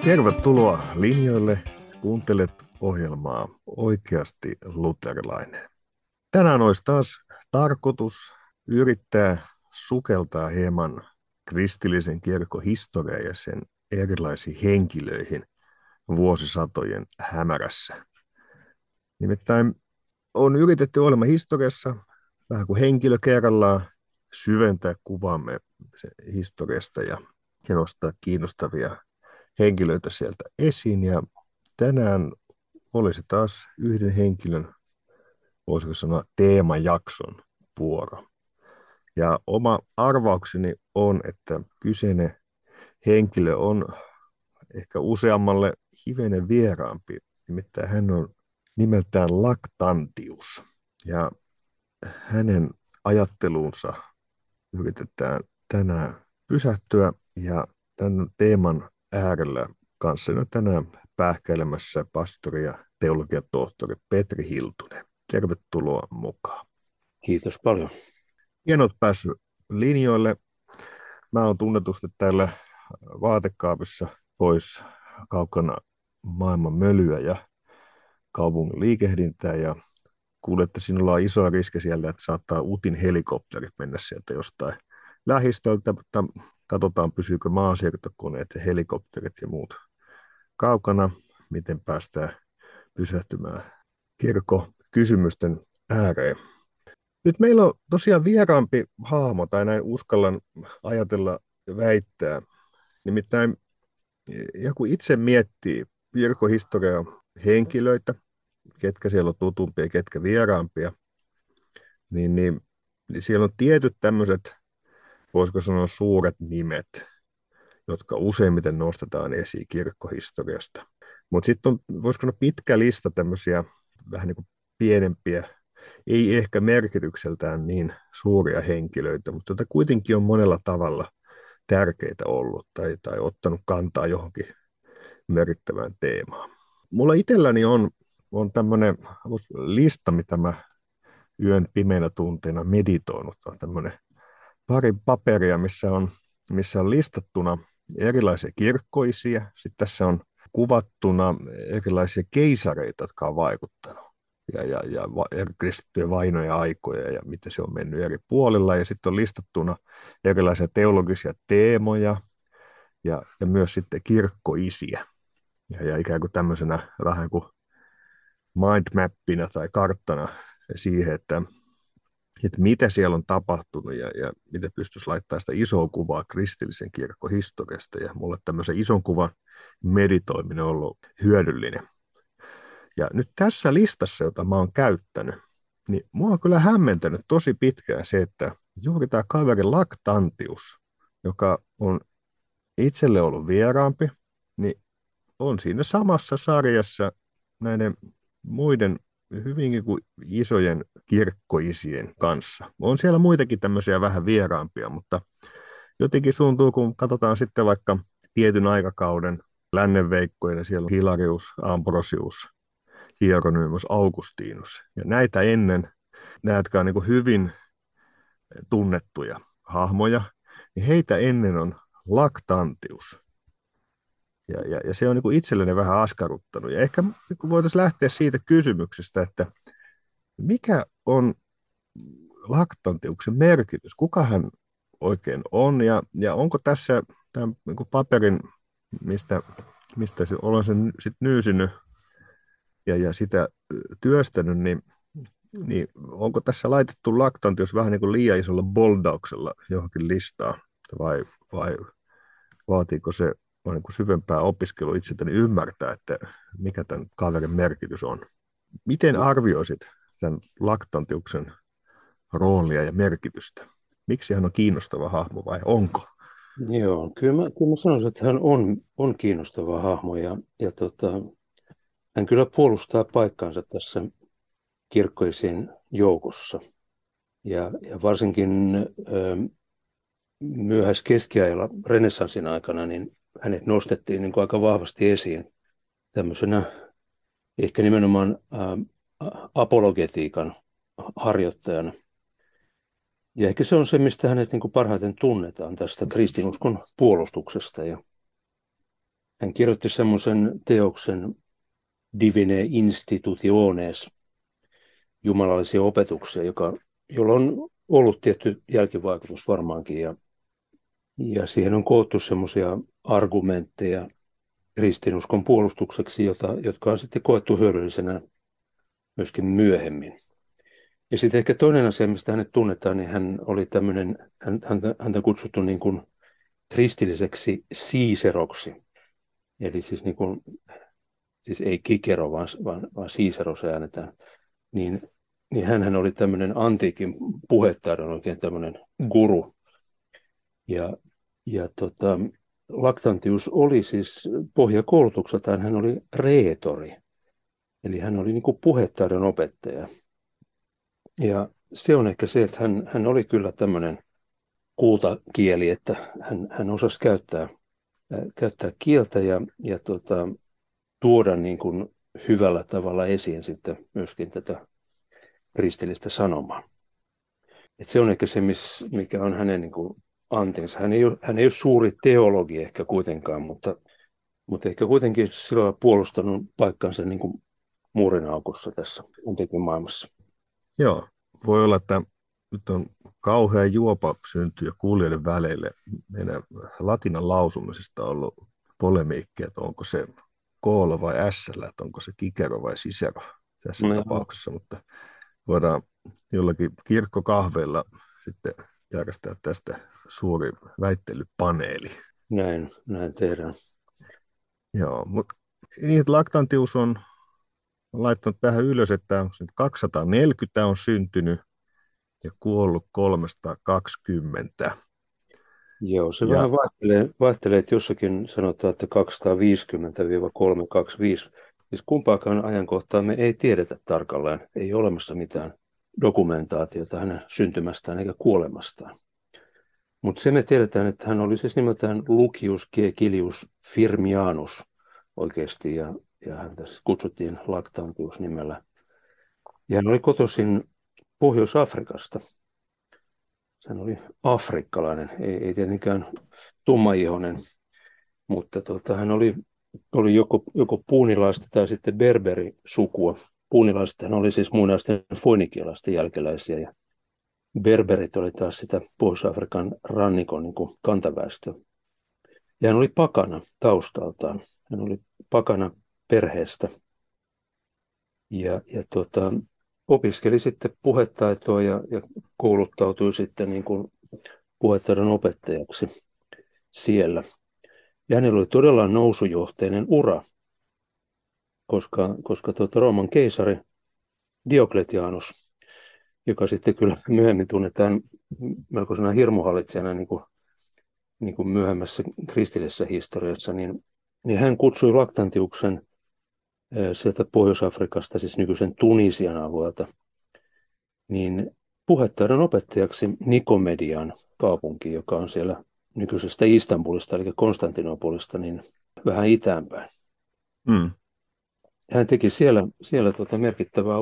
Tervetuloa linjoille. Kuuntelet ohjelmaa Oikeasti luterilainen. Tänään olisi taas tarkoitus yrittää sukeltaa hieman kristillisen kirkon historiaa ja sen erilaisiin henkilöihin vuosisatojen hämärässä. Nimittäin on yritetty ohjelman historiassa vähän kuin henkilö kerrallaan syventää kuvaamme historiasta ja nostaa kiinnostavia henkilöitä sieltä esiin. Ja tänään olisi taas yhden henkilön, voisiko sanoa, teemajakson vuoro. Ja oma arvaukseni on, että kyseinen henkilö on ehkä useammalle hivenen vieraampi. Nimittäin hän on nimeltään Lactantius. Ja hänen ajatteluunsa yritetään tänään pysähtyä ja tämän teeman äärellä kanssani tänään pähkäilemässä pastori ja teologiatohtori Petri Hiltunen. Tervetuloa mukaan. Kiitos paljon. Hienoa, että päässyt linjoille. Mä oon tunnetusti täällä vaatekaapissa pois kaukana maailman mölyä ja kaupungin liikehdintää ja kuulen, että sinulla on isoa riski siellä, että saattaa UTin helikopterit mennä sieltä jostain lähistöltä, mutta katsotaan pysyykö maansiirtokoneet ja helikopterit ja muut kaukana, miten päästään pysähtymään kirkkokysymysten ääreen. Nyt meillä on tosiaan vieraampi hahmo, tai näin uskallan ajatella ja väittää. Nimittäin joku itse miettii kirkkohistorian henkilöitä, ketkä siellä on tutumpia ja ketkä vieraampia, niin siellä on tietyt tämmöiset, voisiko sanoa suuret nimet, jotka useimmiten nostetaan esiin kirkkohistoriasta. Mutta sitten on, voisiko sanoa, pitkä lista tämmöisiä vähän niin kuin pienempiä, ei ehkä merkitykseltään niin suuria henkilöitä, mutta joita kuitenkin on monella tavalla tärkeitä ollut tai ottanut kantaa johonkin merkittävään teemaan. Mulla itselläni on tämmöinen lista, mitä mä yön pimeinä tunteina meditoinut. On tämmöinen pari paperia, missä on listattuna erilaisia kirkkoisia. Sitten tässä on kuvattuna erilaisia keisareita, jotka on vaikuttanut. Ja kristittyjen vainoja aikoja ja miten se on mennyt eri puolilla. Ja sitten on listattuna erilaisia teologisia teemoja ja myös sitten kirkkoisiä. Ja ikään kuin tämmöisenä vähän kuin mindmappina tai karttana siihen, että mitä siellä on tapahtunut ja miten pystyisi laittamaan sitä isoa kuvaa kristillisen kirkon historiasta. Ja mulle tämmöisen ison kuvan meditoiminen on ollut hyödyllinen. Ja nyt tässä listassa, jota mä oon käyttänyt, niin mua on kyllä hämmentänyt tosi pitkään se, että juuri tämä kaveri Lactantius, joka on itselle ollut vieraampi, niin on siinä samassa sarjassa näiden muiden hyvinkin kuin isojen kirkkoisien kanssa. On siellä muitakin tämmöisiä vähän vieraampia, mutta jotenkin tuntuu, kun katsotaan sitten vaikka tietyn aikakauden lännenveikkoja, niin siellä on Hilarius, Ambrosius, Hieronymus, Augustinus. Ja näitä ennen, nämä, jotka on niin kuin hyvin tunnettuja hahmoja, niin heitä ennen on Lactantius. Ja se on niin kuin itselleni vähän askarruttanut. Ja ehkä voitaisiin lähteä siitä kysymyksestä, että mikä on Lactantiuksen merkitys? Kuka hän oikein on? Ja onko tässä tämän niin kuin paperin, mistä olen sen sit nyysinyt ja sitä työstänyt, niin onko tässä laitettu Lactantius vähän niin kuin liian isolla boldauksella johonkin listaan? Vai vaatiiko se niin kuin syvempää opiskelua itseltäni ymmärtää, että mikä tämän kaverin merkitys on? Miten arvioisit tämän Lactantiuksen roolia ja merkitystä? Miksi hän on kiinnostava hahmo vai onko? Joo, kyllä mä sanoisin, että hän on kiinnostava hahmo hän kyllä puolustaa paikkaansa tässä kirkkoisien joukossa. Ja varsinkin myöhäiskeskiajalla renessanssin aikana niin hänet nostettiin niin kuin aika vahvasti esiin tämmöisenä ehkä nimenomaan apologetiikan harjoittajana. Ja ehkä se on se, mistä hänet niin kuin parhaiten tunnetaan tästä kristinuskon puolustuksesta. Ja hän kirjoitti semmoisen teoksen Divine Institutiones, jumalallisia opetuksia, jolla on ollut tietty jälkivaikutus varmaankin. Ja siihen on koottu semmoisia argumentteja kristinuskon puolustukseksi, jotka on sitten koettu hyödyllisenä myöskin myöhemmin. Ja sitten ehkä toinen asia, mistä hänet tunnetaan, niin hän oli tämmöinen, häntä kutsuttu niin kuin kristilliseksi Siiseroksi. Eli siis, niin kuin, siis ei Kikero, vaan Siisero se äänetään. Niin hänhän oli tämmöinen antiikin puhetaidon oikein tämmöinen guru. Ja Lactantius oli siis pohjakoulutukseltaan, hän oli reetori. Eli hän oli niin kuin puhetaidon opettaja. Ja se on ehkä se, että hän oli kyllä tämmöinen kultakieli, että hän osasi käyttää kieltä ja tuoda niin kuin hyvällä tavalla esiin sitten myöskin tätä kristillistä sanomaa. Et se on ehkä se, mikä on hänen niin kuin antinsa. Hän ei ole suuri teologi ehkä kuitenkaan, mutta ehkä kuitenkin sillä on puolustanut paikkansa niin kuin muurinaukossa tässä antiikin maailmassa. Joo, voi olla, että nyt on kauhea juopa syntyy kuulijoiden väleille. Meidän latinan lausumisesta on ollut polemiikkia, että onko se koolla vai ässällä, että onko se kikero vai sisero tässä tapauksessa, mutta voidaan jollakin kirkkokahveilla sitten järjestää tästä suuri väittelypaneeli. Näin tehdään. Joo, mutta niin, että Lactantius on laittanut tähän ylös, että 240 on syntynyt ja kuollut 320. Joo, se vähän vaihtelee, että jossakin sanotaan, että 250-325. Siis kumpaakaan ajankohtaa me ei tiedetä tarkalleen. Ei ole olemassa mitään dokumentaatiota hänen syntymästään eikä kuolemastaan. Mutta se me tiedetään, että hän oli siis nimeltään Lucius Caecilius Firmianus oikeasti, ja häntä siis kutsuttiin Lactantius nimellä. Ja hän oli kotoisin Pohjois-Afrikasta. Hän oli afrikkalainen, ei tietenkään tummaihoinen, mutta hän oli joko puunilaista tai sitten berberisukua. Puunilaiset hän oli siis muinaisten foinikialaisten jälkeläisiä, ja berberit oli taas sitä Pohjois-Afrikan rannikon niin kuin kantaväestöä. Ja hän oli pakana taustaltaan. Hän oli pakana perheestä. Ja opiskeli sitten puhetaitoa ja kouluttautui sitten niin kuin puhetaidon opettajaksi siellä. Ja hänellä oli todella nousujohteinen ura, koska Rooman keisari Diokletianus, joka sitten kyllä myöhemmin tunnetaan melkoisena hirmuhallitsijana niin kuin myöhemmässä kristillisessä historiassa, niin hän kutsui Lactantiuksen sieltä Pohjois-Afrikasta, siis nykyisen Tunisian alueelta, niin puhetaidon opettajaksi Nikomedian kaupunki, joka on siellä nykyisestä Istanbulista, eli Konstantinopolista, niin vähän itäänpäin. Mm. Hän teki siellä merkittävää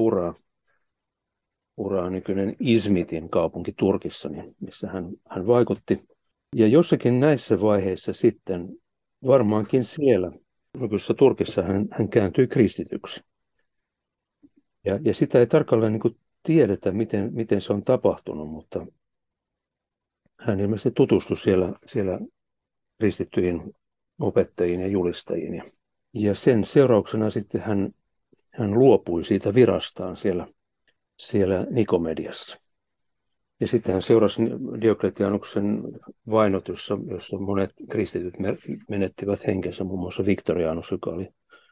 uraa nykyinen Izmitin kaupunki Turkissa, missä hän vaikutti. Ja jossakin näissä vaiheissa sitten, varmaankin siellä nykyisessä Turkissa, hän kääntyi kristityksi. Ja sitä ei tarkalleen niin kuin tiedetä, miten se on tapahtunut, mutta hän ilmeisesti tutustui siellä kristittyihin opettajiin ja julistajiin. Ja sen seurauksena sitten hän luopui siitä virastaan siellä Nikomediassa. Ja sitten hän seurasi Diokletianuksen vainot, jossa monet kristityt menettivät henkensä, muun muassa Victorianus, joka oli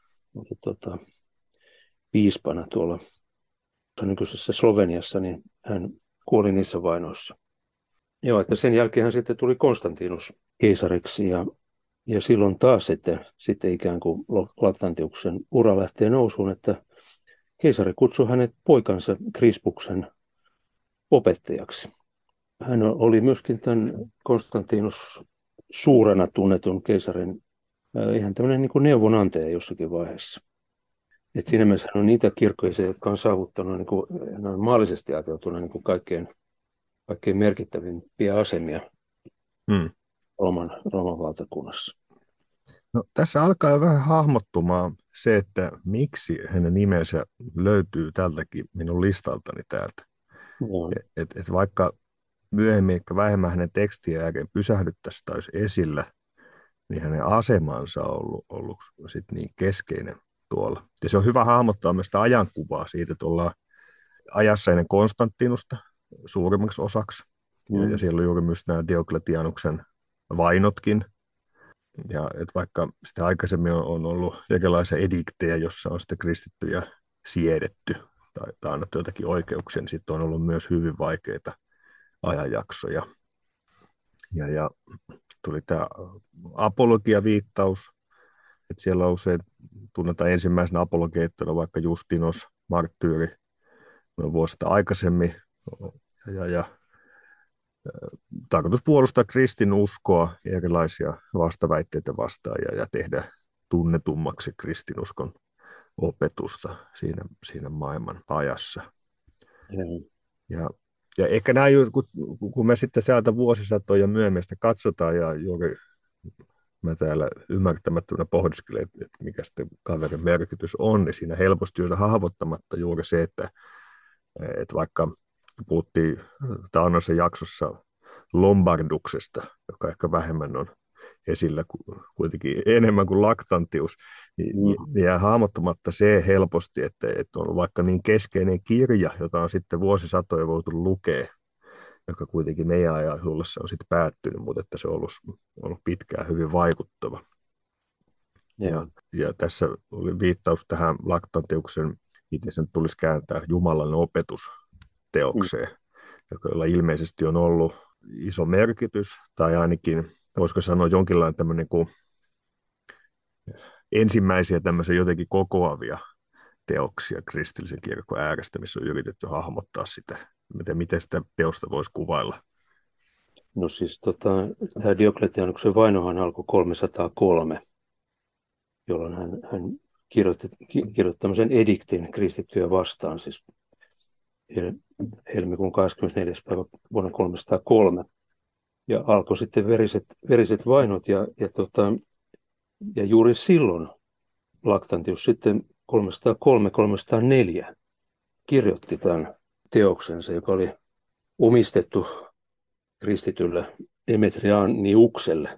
piispana tuolla nykyisessä Sloveniassa, niin hän kuoli niissä vainoissa. Joo, että sen jälkeen hän sitten tuli Konstantinus keisariksi ja silloin taas sitten ikään kuin Lactantiuksen ura lähtee nousuun, että keisari kutsui hänet poikansa Krispuksen opettajaksi. Hän oli myöskin tämän Konstantinus suurena tunnetun keisarin ihan tämmöinen niin kuin neuvonantaja jossakin vaiheessa. Et siinä mielessä hän on niitä kirkkoisia, jotka on saavuttanut niin kuin, maallisesti ajateltuna niin kuin kaikkein merkittävimpiä asemia Rooman valtakunnassa. No, tässä alkaa jo vähän hahmottumaan se, että miksi hänen nimensä löytyy tältäkin minun listaltani täältä. Joo. Et vaikka myöhemmin ehkä vähemmän hänen tekstiä jälkeen pysähdyttäisiin tai olisi esillä, niin hänen asemansa on ollut sit niin keskeinen tuolla. Ja se on hyvä hahmottaa myös sitä ajankuvaa siitä, että ollaan ajassa ennen Konstantinusta suurimmaksi osaksi. Ja Mm. siellä on juuri myös nämä Diokletianuksen vainotkin. Ja että vaikka sitä aikaisemmin on ollut jonkinlaisia ediktejä, jossa on sitten kristittyjä siedetty tai annettu jotakin oikeuksia, niin sitten on ollut myös hyvin vaikeita ajanjaksoja. Ja tuli tämä apologia-viittaus, että siellä usein tunnetaan ensimmäisenä apologeittona vaikka Justinos, marttyyri, noin vuosista aikaisemmin. Ja tarkoitus puolustaa kristinuskoa ja erilaisia vastaväitteitä vastaan ja tehdä tunnetummaksi kristinuskon opetusta siinä maailman ajassa. Joo. Ja, ja ehkä nämä, kun me sitten sieltä vuosisatoja myöhemmin sitä katsotaan ja juuri mä täällä ymmärtämättömänä pohdiskelen, että mikä sitten kaverin merkitys on, niin siinä helposti on hahvottamatta juuri se, että vaikka puhuttiin taannoisessa jaksossa Lombarduksesta, joka ehkä vähemmän on esillä kuitenkin enemmän kuin Lactantius, niin jää hahmottamatta se helposti, että on vaikka niin keskeinen kirja, jota on sitten vuosisatoja voitu lukea, joka kuitenkin meidän ajan tullessa on sitten päättynyt, mutta että se on ollut pitkään hyvin vaikuttava. Joo. Ja tässä oli viittaus tähän Lactantiuksen, miten sen tulisi kääntää, Jumalan Mm. opetusteokseen, jolla ilmeisesti on ollut iso merkitys, tai ainakin, voisiko sanoa, jonkinlainen tämmöinen kuin ensimmäisiä tämmöisiä jotenkin kokoavia teoksia kristillisen kirkon äärestä, missä on yritetty hahmottaa sitä, miten sitä teosta voisi kuvailla. No siis tämä Diokletianuksen vainohan alkoi 303, jolloin hän kirjoitti tämmöisen ediktin kristittyjä vastaan, siis helmikuun 24. päivä vuonna 303. Ja alkoi sitten veriset vainot, ja juuri silloin Lactantius sitten 303-304 kirjoitti tämän teoksensa, joka oli omistettu kristitylle Demetrianiukselle.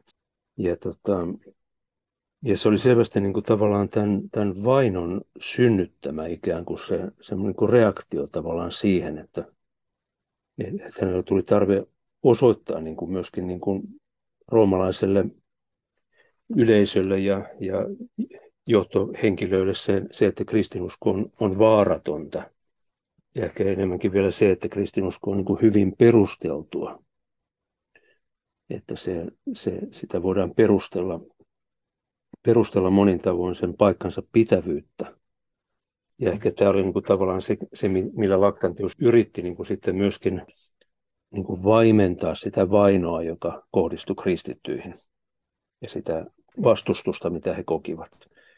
Ja se oli selvästi niin kuin tavallaan tämän vainon synnyttämä ikään kuin se niin kuin reaktio tavallaan siihen, että hänellä tuli tarve osoittaa niin kuin myöskin niin kuin roomalaiselle yleisölle ja johtohenkilöille se, että kristinusko on vaaratonta. Ja ehkä enemmänkin vielä se, että kristinusko on niin kuin hyvin perusteltua. Että sitä voidaan perustella monin tavoin sen paikkansa pitävyyttä. Ja ehkä tämä oli niin kuin tavallaan se, millä Lactantius yritti niin kuin sitten myöskin niin kuin vaimentaa sitä vainoa, joka kohdistui kristittyihin. Ja sitä vastustusta, mitä he kokivat.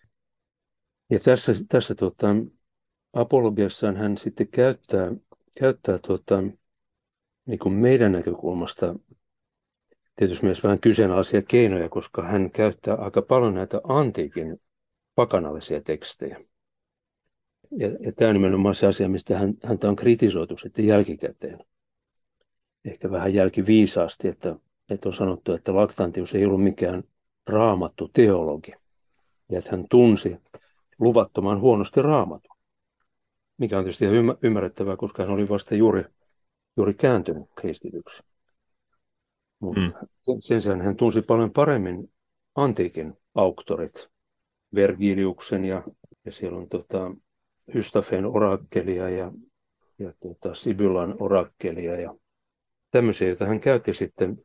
Ja tässä apologiassaan hän sitten käyttää niin kuin meidän näkökulmasta tietysti myös vähän kyseenalaisia keinoja, koska hän käyttää aika paljon näitä antiikin pakanallisia tekstejä. Ja tämä on nimenomaan se asia, mistä häntä on kritisoitu sitten jälkikäteen. Ehkä vähän jälkiviisaasti, että on sanottu, että Lactantius ei ollut mikään raamattu teologi. Ja että hän tunsi luvattoman huonosti raamatun. Mikä on tietysti ihan ymmärrettävää, koska hän oli vasta juuri kääntynyt kristityksi. Mutta sen sijaan hän tunsi paljon paremmin antiikin auktorit, Vergiliuksen ja siellä on Ystafeen orakkelia ja Sibyllan orakkelia ja tämmöisiä, joita hän käytti sitten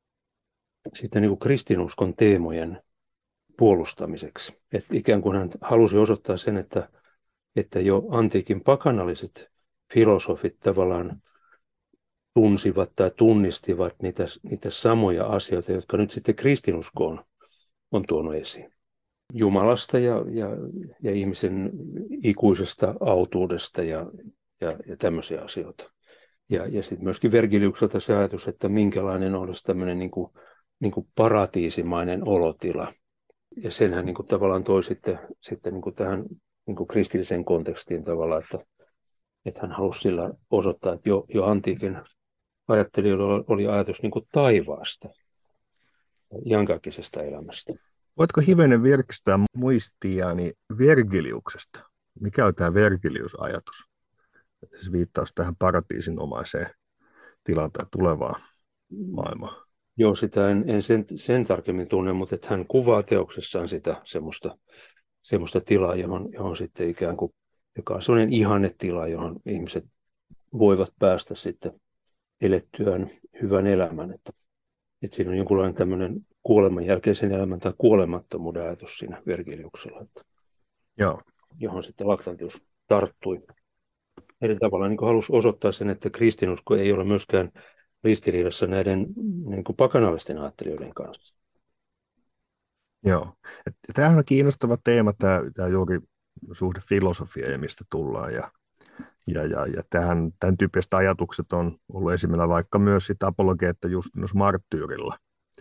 niin kuin kristinuskon teemojen puolustamiseksi. Et ikään kuin hän halusi osoittaa sen, että jo antiikin pakanalliset filosofit tavallaan tunsivat tai tunnistivat niitä samoja asioita, jotka nyt sitten kristinusko on tuonut esiin. Jumalasta ja ihmisen ikuisesta autuudesta ja tämmöisiä asioita. Ja sitten myöskin Vergiliukselta se ajatus, että minkälainen olisi tämmöinen niin kuin paratiisimainen olotila. Ja sen hän niin kuin tavallaan toi sitten niin kuin tähän niin kuin kristilliseen kontekstiin tavallaan, että hän halusi sillä osoittaa, että jo antiikin ajattelijoilla oli ajatus niin kuin taivaasta, iankaikkisesta elämästä. Voitko hivenen virkistää muistiani Vergiliuksesta? Mikä on tämä Vergilius-ajatus? Siis viittaus tähän paratiisinomaiseen tilaan tai tulevaan maailmaan. Joo, sitä en sen tarkemmin tunne, mutta että hän kuvaa teoksessaan sitä semmoista tilaa, johon sitten ikään kuin, joka on sellainen ihannetila, johon ihmiset voivat päästä sitten elettyään hyvän elämän. Että siinä on jonkunlainen tämmöinen kuoleman jälkeisen elämän tai kuolemattomuuden ajatus siinä Vergiliuksella, Joo, johon sitten Lactantius tarttui. Eri tavalla niin kuin halusi osoittaa sen, että kristinusko ei ole myöskään ristiriidassa näiden niin kuin pakanallisten ajattelijoiden kanssa. joo. Tämähän on kiinnostava teema, tämä juuri suhde filosofia ja mistä tullaan. Ja tämän tyyppiset ajatukset on ollut esimerkiksi vaikka myös sitä apologeetta Justinus Martyyrilla,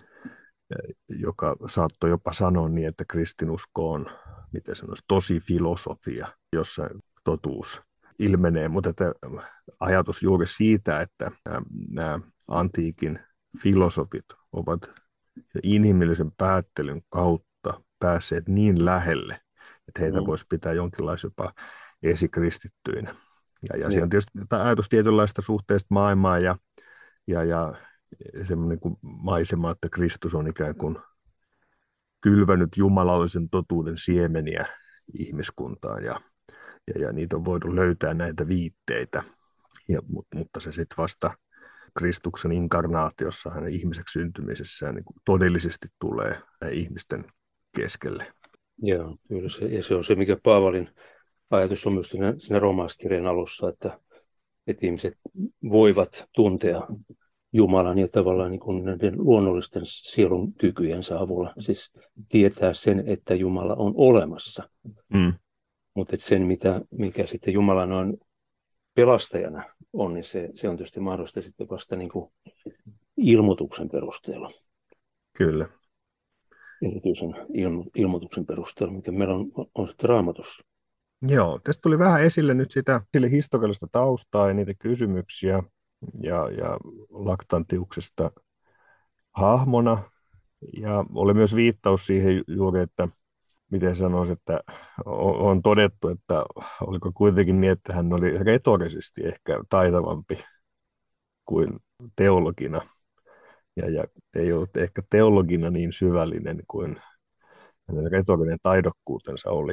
joka saattoi jopa sanoa niin, että kristinusko on, miten sanoisi, tosi filosofia, jossa totuus ilmenee, mutta että ajatus juuri siitä, että nämä antiikin filosofit ovat inhimillisen päättelyn kautta päässeet niin lähelle, että heitä voisi pitää jonkinlaisia jopa esikristittyinä. Ja siinä on tietysti ajatus tietynlaista suhteesta maailmaan ja semmoinen kuin maisema, että Kristus on ikään kuin kylvänyt jumalallisen totuuden siemeniä ihmiskuntaan ja niitä on voinut löytää näitä viitteitä, mutta se sitten vasta Kristuksen inkarnaatiossa, hänen ihmiseksi syntymisessään niin kuin todellisesti tulee ihmisten keskelle. Joo, kyllä se on se, mikä Paavalin ajatus on myös siinä roomaalaiskirjan alussa, että ihmiset voivat tuntea Jumalan ja tavallaan niin kuin näiden luonnollisten sielun kykyjensä avulla. Siis tietää sen, että Jumala on olemassa. Mm. Mutta sen, mikä sitten Jumalan on pelastajana on, niin se on tietysti mahdollista sitten vasta niin kuin ilmoituksen perusteella. Kyllä. Erityisen ilmoituksen perusteella, mikä meillä on sitten Raamatussa. Joo, tästä tuli vähän esille nyt sille historiallista taustaa ja niitä kysymyksiä ja Lactantiuksesta hahmona. Ja oli myös viittaus siihen juuri, että miten sanoisi, että on todettu, että oliko kuitenkin niin, että hän oli retorisesti ehkä taitavampi kuin teologina. Ja ei ollut ehkä teologina niin syvällinen kuin hänen retorinen taidokkuutensa oli.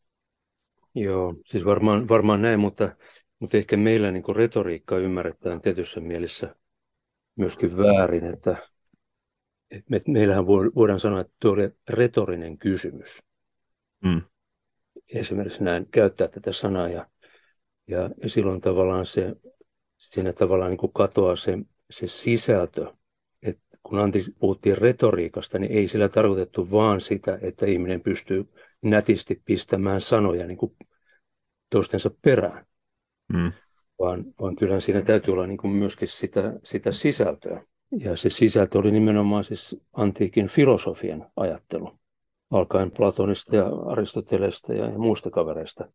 Joo, siis varmaan näin, mutta ehkä meillä niin kuin retoriikka ymmärretään tietyssä mielessä myöskin väärin, että meillähän voidaan sanoa, että tuo oli retorinen kysymys. Mm. Esimerkiksi näin käyttää tätä sanaa ja silloin tavallaan siinä tavallaan niin kuin katoaa se sisältö. Et kun Antti puhuttiin retoriikasta, niin ei sillä tarkoitettu vaan sitä, että ihminen pystyy nätisti pistämään sanoja niin kuin toistensa perään, Mm. vaan kyllähän siinä täytyy olla niin kuin myöskin sitä sisältöä. Ja se sisältö oli nimenomaan siis antiikin filosofian ajattelu, alkaen Platonista ja Aristoteleesta ja muista kavereista.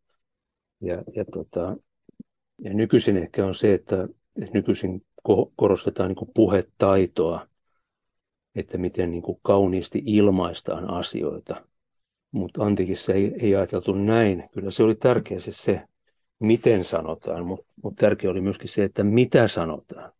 Ja nykyisin ehkä on se, että nykyisin korostetaan niin kuin puhetaitoa, että miten niin kuin kauniisti ilmaistaan asioita. Mutta antiikissa ei ajateltu näin. Kyllä se oli tärkeä se miten sanotaan, mutta tärkeä oli myöskin se, että mitä sanotaan.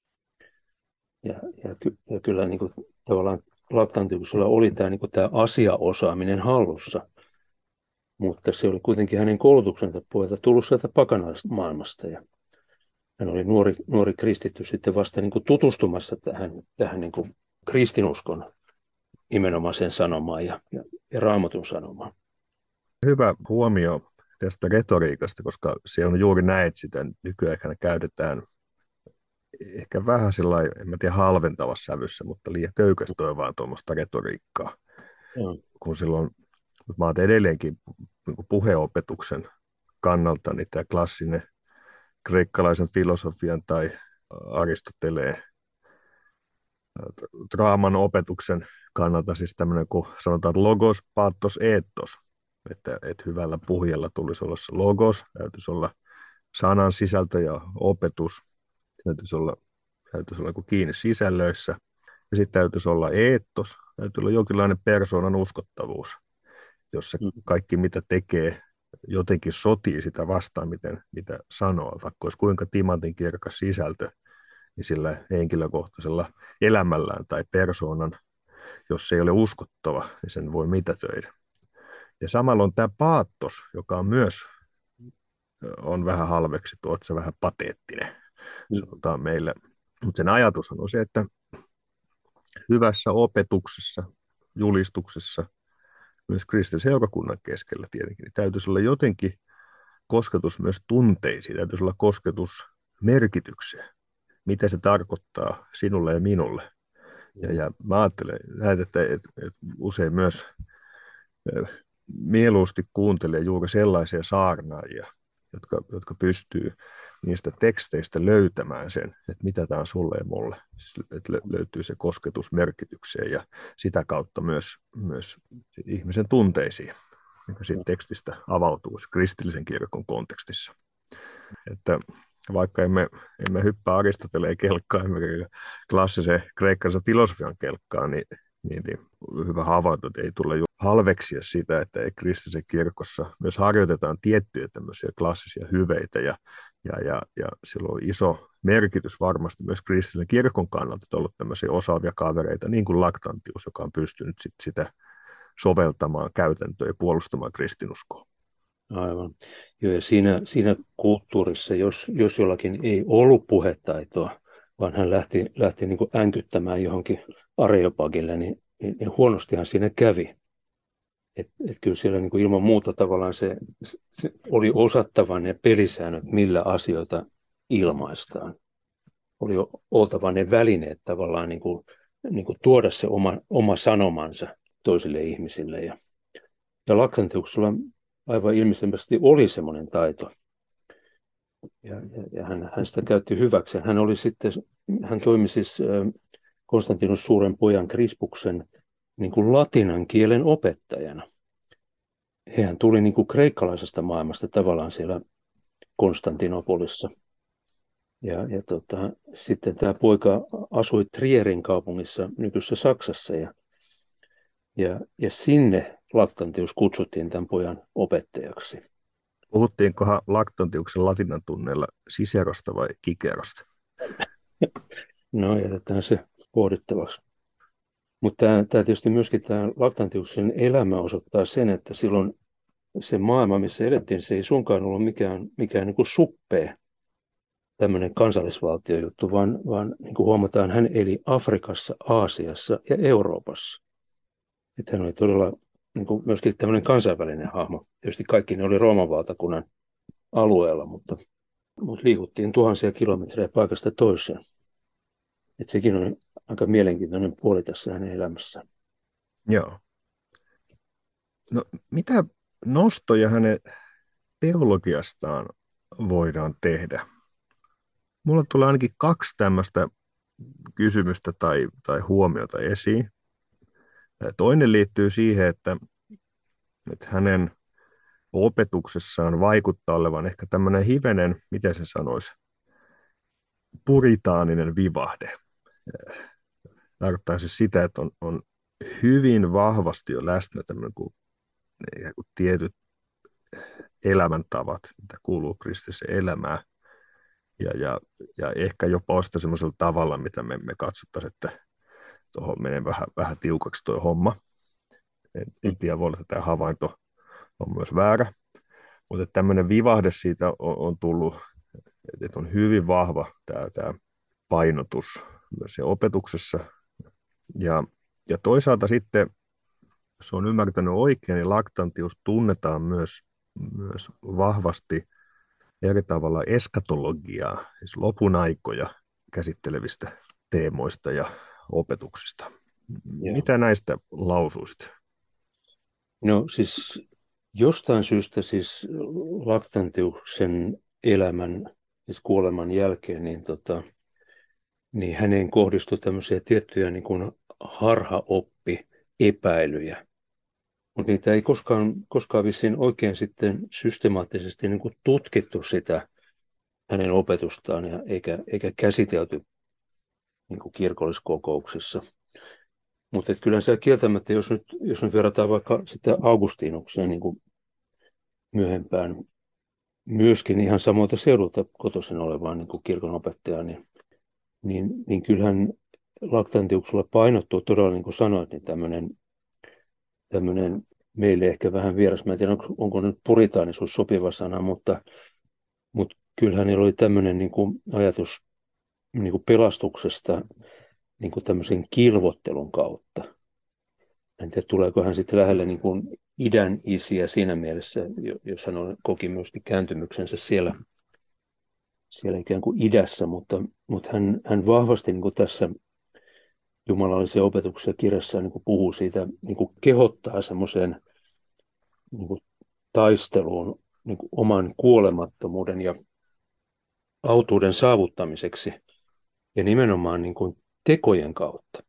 Ja kyllä niin kuin, tavallaan Lactantiuksella oli tämä, niin kuin, tämä asiaosaaminen hallussa, mutta se oli kuitenkin hänen koulutuksensa puolelta tullut sieltä pakanallisesta maailmasta. Ja hän oli nuori kristitty sitten vasta niin kuin tutustumassa tähän niin kuin kristinuskon nimenomaiseen sanomaan ja Raamatun sanomaan. Hyvä huomio tästä retoriikasta, koska se on juuri näin, että sitä nykyaikana käytetään ehkä vähän sellainen, en mä tiedä halventavassa sävyssä, mutta liian köykästöä vaan tuommoista retoriikkaa. Kun silloin, mä oon edelleenkin niin puheopetuksen kannalta, niin tämä klassinen kreikkalaisen filosofian tai Aristoteleen draaman opetuksen kannalta siis tämmöinen, kun sanotaan, että logos, paattos, eettos. Että hyvällä puhujalla tulisi olla se logos, täytyisi olla sanan sisältö ja opetus, täytyisi olla joku kiinni sisällöissä. Ja sitten täytyisi olla eettos, täytyy olla jonkinlainen persoonan uskottavuus, jossa kaikki mitä tekee jotenkin sotii sitä vastaan, mitä sanoo, vaikka olisi kuinka timantin kirkas sisältö, niin sillä henkilökohtaisella elämällään tai persoonan, jos se ei ole uskottava, niin sen voi mitätöidä. Ja samalla on tämä paattos, joka on myös on vähän halveksittu, että se vähän pateettinen, sanotaan meille. Mutta sen ajatus on se, että hyvässä opetuksessa, julistuksessa, myös kristillisen seurakunnan keskellä tietenkin, niin täytyisi olla jotenkin kosketus myös tunteisiin, täytyisi olla kosketus merkitykseen, mitä se tarkoittaa sinulle ja minulle. Ja mä ajattelen, että usein myös mieluusti kuuntelee juuri sellaisia saarnaajia, jotka pystyy niistä teksteistä löytämään sen, että mitä tämä on sulle ja mulle. Siis, että löytyy se kosketus merkitykseen ja sitä kautta myös ihmisen tunteisiin, joka siitä tekstistä avautuu kristillisen kirkon kontekstissa. Että vaikka emme hyppää Aristoteleen kelkkaan, emme klassisen kreikkalaisen filosofian kelkkaan, niin hyvä havainto, että ei tule halveksia sitä, että kristillisessä kirkossa myös harjoitetaan tiettyjä tämmöisiä klassisia hyveitä ja sillä on iso merkitys varmasti myös kristillisen kirkon kannalta, että on ollut tämmöisiä osaavia kavereita, niin kuin Lactantius, joka on pystynyt sitä soveltamaan käytäntöön ja puolustamaan kristinuskoa. Aivan. Joo, ja siinä kulttuurissa, jos jollakin ei ollut puhetaitoa, vaan hän lähti niin kuin änkyttämään johonkin areopagille, niin huonostihan siinä kävi. Et kyllä siellä niin kuin ilman muuta tavallaan se oli osattava ne pelisäännöt, millä asioita ilmaistaan. Oli oltava ne välineet tavallaan niin kuin tuoda se oma sanomansa toisille ihmisille. Ja Lactantiuksella aivan ilmeisesti oli semmoinen taito. Ja hän sitä käytti hyväkseen. Hän toimi siis Konstantinus suuren pojan Krispuksen niin kuin latinan kielen opettajana. Hän tuli niin kuin kreikkalaisesta maailmasta tavallaan siellä Konstantinopolissa. Sitten tämä poika asui Trierin kaupungissa nykyisessä Saksassa ja sinne Lactantius kutsuttiin tämän pojan opettajaksi. Puhuttiinkohan Lactantiuksen latinan tunneilla Cicerosta vai Cicerosta? No, jätetään se pohdittavaksi. Mutta tämä tietysti myöskin tämä Lactantiuksen elämä osoittaa sen, että silloin se maailma, missä elettiin, se ei suinkaan ollut mikään niin kuin suppea tämmöinen kansallisvaltiojuttu, vaan niin kuin huomataan, hän eli Afrikassa, Aasiassa ja Euroopassa. Että hän oli todella niin kuin myöskin tämmöinen kansainvälinen hahmo. Tietysti kaikki ne oli Rooman valtakunnan alueella, mutta liikuttiin tuhansia kilometrejä paikasta toiseen. Että sekin on aika mielenkiintoinen puoli tässä hänen elämässään. Joo. No, mitä nostoja hänen teologiastaan voidaan tehdä? Mulla tulee ainakin 2 tämmöistä kysymystä tai huomiota esiin. Toinen liittyy siihen, että hänen opetuksessaan vaikuttaa olevan ehkä tämmöinen hivenen, miten se sanoisi, puritaaninen vivahde. Tarkoittaa siis sitä, että on hyvin vahvasti jo läsnä tämmöinen kuin tietyt elämäntavat, mitä kuuluu kristilliseen elämään. Ja ehkä jopa sitä semmoisella tavalla, mitä me katsottaisiin, että tuohon menee vähän tiukaksi tuo homma. En tiedä, voi olla, että tämä havainto on myös väärä. Mutta tämmöinen vivahde siitä on tullut, että on hyvin vahva tämä painotus myös opetuksessa. Ja toisaalta sitten, jos on ymmärtänyt oikein, niin Lactantius tunnetaan myös vahvasti eri tavalla eskatologiaa, siis lopun aikoja käsittelevistä teemoista ja opetuksista. Joo. Mitä näistä lausuisit? No siis jostain syystä siis Lactantiuksen elämän, siis kuoleman jälkeen, niin häneen kohdistui tämmöisiä tiettyjä niin kuin harhaoppi, epäilyjä. Mutta niitä ei koskaan vissiin oikein sitten systemaattisesti niin kuin tutkittu sitä hänen opetustaan eikä käsitelty niin kuin kirkolliskokouksissa. Mutta kyllä se kieltämättä, jos nyt verrataan vaikka sitten Augustinukseen niin kuin myöhempään, myöskin ihan samoilta seudulta kotoisin olevaan niin kuin kirkonopettajaan, niin kyllähän Lactantiuksella painottuu todella, niin kuin sanoit, niin tämmöinen meille ehkä vähän vieras, mä en tiedä, onko nyt puritaanisuus sopiva sana, mutta kyllähän niillä oli tämmöinen niin kuin ajatus niin kuin pelastuksesta niin kuin tämmöisen kilvottelun kautta. En tiedä, tuleeko hän sitten lähelle niin kuin idän isiä siinä mielessä, jos hän koki myöskin kääntymyksensä siellä ikään kuin idässä, mutta hän vahvasti niin kuin tässä jumalallisen opetuksen kirjassa niin kuin puhuu siitä, niin kuin kehottaa semmoiseen niin kuin taisteluun niin kuin oman kuolemattomuuden ja autuuden saavuttamiseksi ja nimenomaan niin kuin tekojen kautta.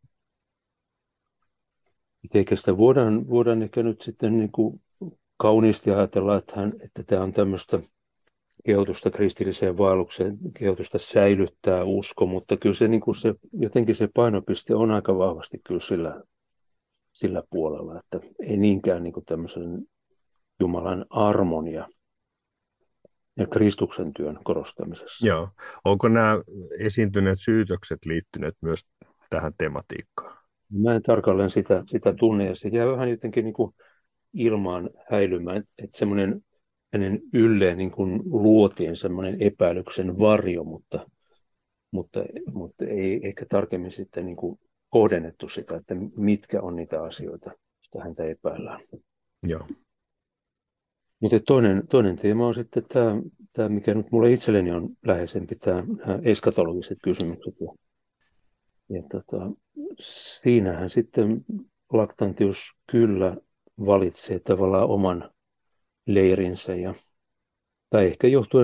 Eikä sitä voidaan ehkä nyt sitten niin kuin kauniisti ajatella, että tämä on tämmöistä kehotusta kristilliseen vaellukseen, kehotusta säilyttää usko, mutta kyllä se, niin kuin jotenkin se painopiste on aika vahvasti kyllä sillä puolella, että ei niinkään niin kuin tämmöisen Jumalan armon ja Kristuksen työn korostamisessa. Joo. Onko nämä esiintyneet syytökset liittyneet myös tähän tematiikkaan? Mä en tarkalleen sitä tunne, ja se jää vähän jotenkin niin kuin ilmaan häilymään, että semmoinen hänen ylleen niin kuin luotiin semmoinen epäilyksen varjo, mutta ei ehkä tarkemmin sitten niin kuin kohdennettu sitä, että mitkä on niitä asioita, joista häntä epäillään. Joo. Mutta toinen teema on sitten tämä, mikä nyt mulle itselleni on läheisempi, nämä eskatologiset kysymykset. Siinähän sitten Lactantius kyllä valitsee tavallaan oman leirinsä, tai ehkä johtuen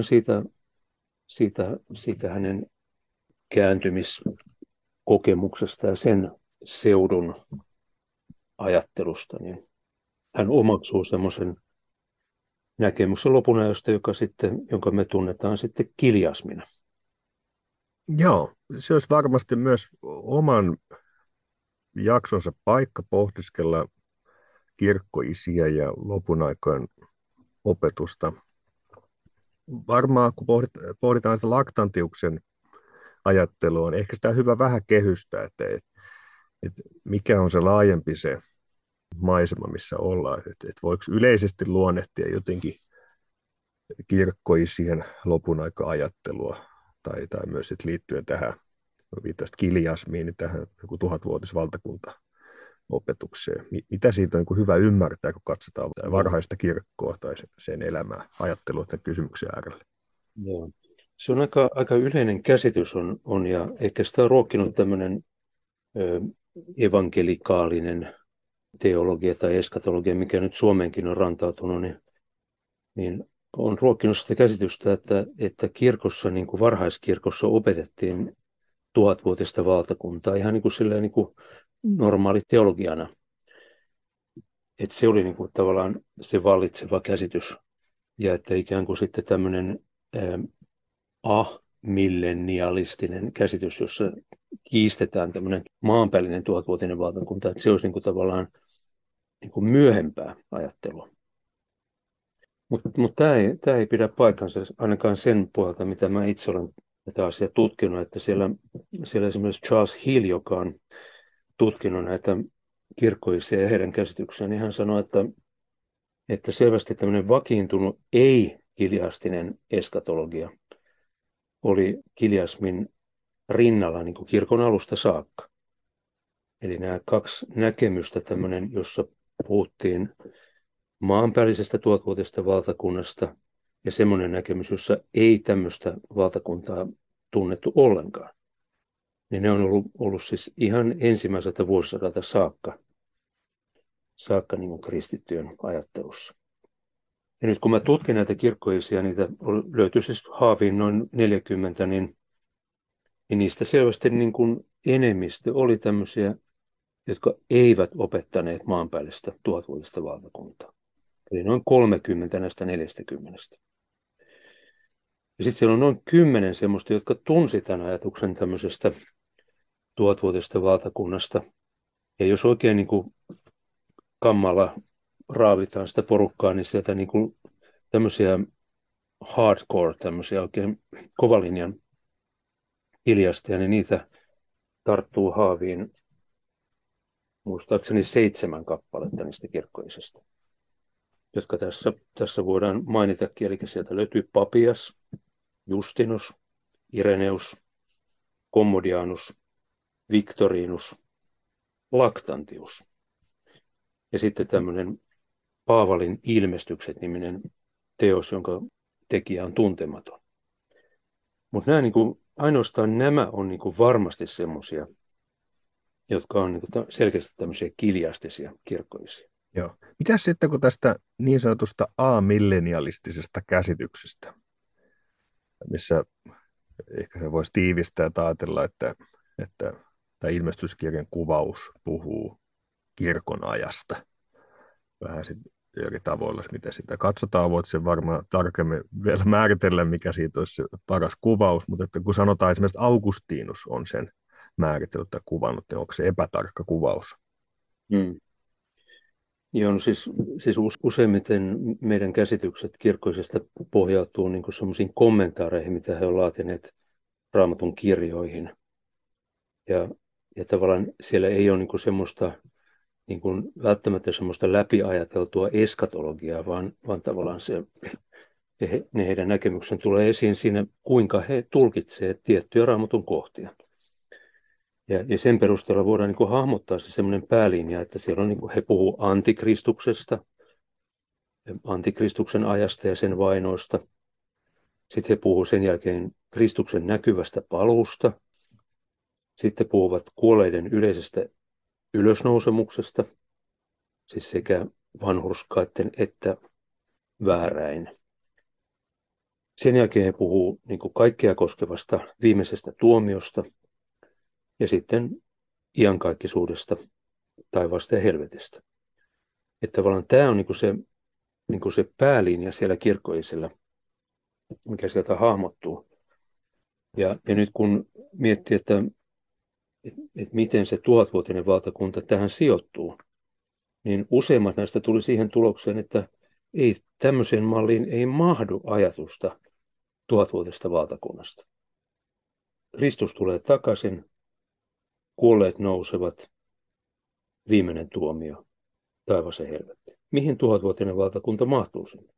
siitä hänen kääntymiskokemuksesta ja sen seudun ajattelusta, niin hän omaksuu semmoisen näkemyksen lopunajasta, jonka me tunnetaan sitten Kiliasmina. Joo, se olisi varmasti myös oman jaksonsa paikka pohdiskella kirkkoisiä ja lopun aikojen opetusta. Varmaan kun pohditaan sitä Lactantiuksen ajattelua, on ehkä sitä hyvä vähän kehystä, että mikä on se laajempi se maisema, missä ollaan. Että voiko yleisesti luonnehtia jotenkin kirkkoisien lopun aika-ajattelua tai myös sit liittyen tähän, viittasit Kiliasmiin, niin tähän 1000-vuotisvaltakuntaopetukseen. Mitä siitä on niin hyvä ymmärtää, kun katsotaan varhaista kirkkoa tai sen elämää, ajattelua tämän kysymyksen äärellä? Joo. Se on aika yleinen käsitys ja ehkä sitä on ruokkinut tämmöinen evankelikaalinen teologia tai eskatologia, mikä nyt Suomeenkin on rantautunut, niin on ruokkinut sitä käsitystä, että kirkossa, niin kuin varhaiskirkossa opetettiin 1000-vuotista valtakuntaa ihan niin kuin silleen niin kuin normaali teologiana. Että se oli niin kuin tavallaan se vallitseva käsitys ja että ikään kuin sitten tämmöinen millennialistinen käsitys, jossa kiistetään tämmöinen maanpäällinen 1000-vuotinen valtakunta, että se olisi niin kuin tavallaan niin kuin myöhempää ajattelua. Mutta tämä ei pidä paikkansa ainakaan sen puolelta, mitä mä itse olen tätä asiaa tutkinut, että siellä esimerkiksi Charles Hill, joka on tutkinut näitä kirkkoisia ja heidän käsityksiään, niin hän sanoi, että selvästi tämmöinen vakiintunut ei-kiliastinen eskatologia oli Kiliasmin rinnalla niin kuin kirkon alusta saakka. Eli nämä kaksi näkemystä, tämmöinen, jossa puhuttiin maanpäällisestä 1000-vuotisesta valtakunnasta ja semmoinen näkemys, jossa ei tämmöistä valtakuntaa tunnettu ollenkaan. Niin ne on ollut siis ihan ensimmäiseltä vuosisadalta saakka niin kuin kristittyjen ajattelussa. Ja nyt kun mä tutkin näitä kirkkoisia, niitä löytyy siis haaviin noin 40, niin niistä selvästi niin kuin enemmistö oli tämmöisiä jotka eivät opettaneet maanpäällistä tuhatvuotista valtakuntaa. Eli noin 30 näistä 40. Ja sitten siellä on noin 10 semmoista, jotka tunsi tämän ajatuksen tämmöisestä tuhatvuotisesta valtakunnasta. Ja jos oikein niin kuin kammalla raavitaan sitä porukkaa, niin sieltä niin kuin tämmöisiä hardcore, tämmöisiä oikein kovalinjan hiljasta, niin niitä tarttuu haaviin muistaakseni 7 kappaletta niistä kirkkoisista, jotka tässä voidaan mainitakin. Eli sieltä löytyy Papias, Justinus, Ireneus, Commodianus, Victorinus, Lactantius. Ja sitten tämmöinen Paavalin ilmestykset-niminen teos, jonka tekijä on tuntematon. Mutta ainoastaan nämä on varmasti semmoisia, jotka on selkeästi tämmöisiä kiljastisia kirkkoisia. Joo. Mitäs sitten, kun tästä niin sanotusta amillenialistisesta käsityksestä, missä ehkä se voisi tiivistää ja ajatella, että tämä ilmestyskirjan kuvaus puhuu kirkon ajasta vähän eri tavoilla, miten sitä katsotaan. Voit sen varmaan tarkemmin vielä määritellä, mikä siitä olisi se paras kuvaus, mutta että kun sanotaan esimerkiksi Augustinus on sen määritellyt tai kuvannut, niin onko se epätarkka kuvaus? Joo, no siis useimmiten meidän käsitykset kirkkoisesta pohjautuu niin semmoisiin kommentaareihin, mitä he ovat laatineet Raamatun kirjoihin. Ja tavallaan siellä ei ole semmoista välttämättä semmoista läpiajateltua eskatologiaa, vaan tavallaan ne heidän näkemyksen tulee esiin siinä, kuinka he tulkitsevat tiettyjä Raamatun kohtia. Ja sen perusteella voidaan hahmottaa se semmoinen päälinja, että siellä on, he puhuu antikristuksesta, antikristuksen ajasta ja sen vainoista. Sitten he puhuu sen jälkeen Kristuksen näkyvästä paluusta. Sitten puhuvat kuolleiden yleisestä ylösnousemuksesta, siis sekä vanhurskaiden että vääräin. Sen jälkeen he puhuu kaikkea koskevasta viimeisestä tuomiosta ja sitten iankaikkisuudesta, taivaasta ja helvetistä. Että tavallaan tämä on se päälinja siellä kirkkoisilla, mikä sieltä hahmottuu. Ja nyt kun miettii, että miten se tuhatvuotinen valtakunta tähän sijoittuu, niin useimmat näistä tuli siihen tulokseen, että ei tämmöiseen malliin ei mahdu ajatusta tuhatvuotisesta valtakunnasta. Kristus tulee takaisin, kuolleet nousevat, viimeinen tuomio, taivas ja helvetti. Mihin tuhatvuotinen valtakunta mahtuu sinne?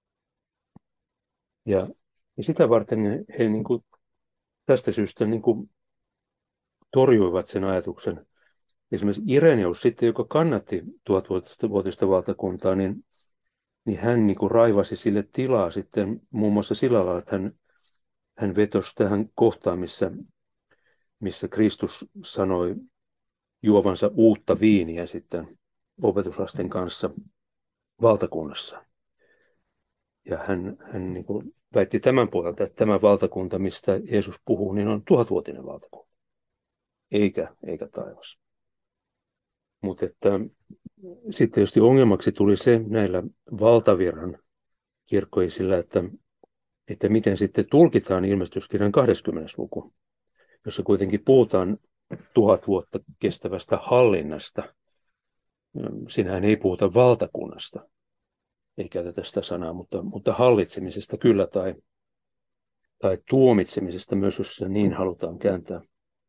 Ja sitä varten he tästä syystä torjuivat sen ajatuksen. Esimerkiksi Ireneus sitten, joka kannatti tuhatvuotista valtakuntaa, niin hän raivasi sille tilaa sitten muun muassa sillä lailla, että hän vetosi tähän kohtaan, missä Kristus sanoi juovansa uutta viiniä sitten opetuslasten kanssa valtakunnassa. Ja hän väitti tämän puolelta, että tämä valtakunta, mistä Jeesus puhuu, niin on tuhatvuotinen valtakunta, eikä taivas. Mutta sitten tietysti ongelmaksi tuli se näillä valtavirran kirkkoisilla, että miten sitten tulkitaan ilmestyskirjan 20. luku, jossa kuitenkin puhutaan 1000 vuotta kestävästä hallinnasta. Siinähän ei puhuta valtakunnasta, ei käytetä sitä sanaa, mutta hallitsemisesta kyllä tai tuomitsemisesta myös, jos se niin halutaan kääntää.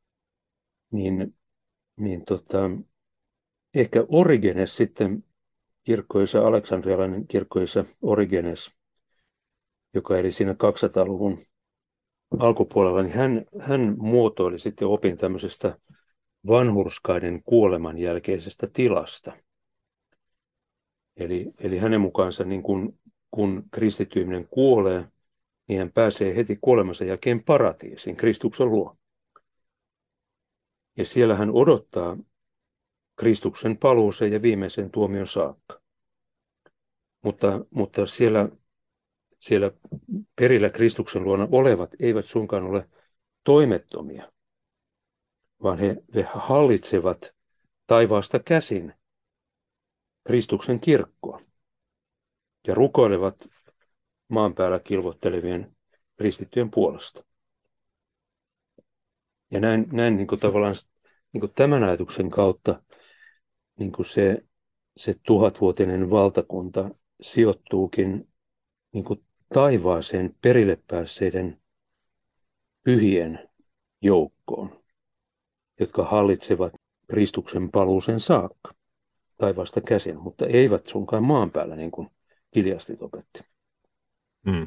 Ehkä Origenes sitten, kirkkoisa, aleksandrialainen kirkkoisa Origenes, joka eli siinä 200-luvun alkupuolella, niin hän muotoili sitten opin tämmöisestä vanhurskaiden kuoleman jälkeisestä tilasta. Eli hänen mukaansa niin kun kristitty ihminen kuolee, niin hän pääsee heti kuolemansa jälkeen paratiisiin, Kristuksen luo. Ja siellä hän odottaa Kristuksen paluuseen ja viimeisen tuomion saakka. Mutta siellä perillä Kristuksen luona olevat eivät suinkaan ole toimettomia, vaan he hallitsevat taivaasta käsin Kristuksen kirkkoa ja rukoilevat maan päällä kilvoittelevien kristittyjen puolesta. Ja näin niin kuin tavallaan niin kuin tämän ajatuksen kautta niin kuin se tuhatvuotinen valtakunta sijoittuukin niin kuin taivaaseen perille päässeiden pyhien joukkoon, jotka hallitsevat Kristuksen paluusen saakka taivaasta käsin, mutta eivät suinkaan maan päällä, niin kuin Kiljastit opetti. Mm.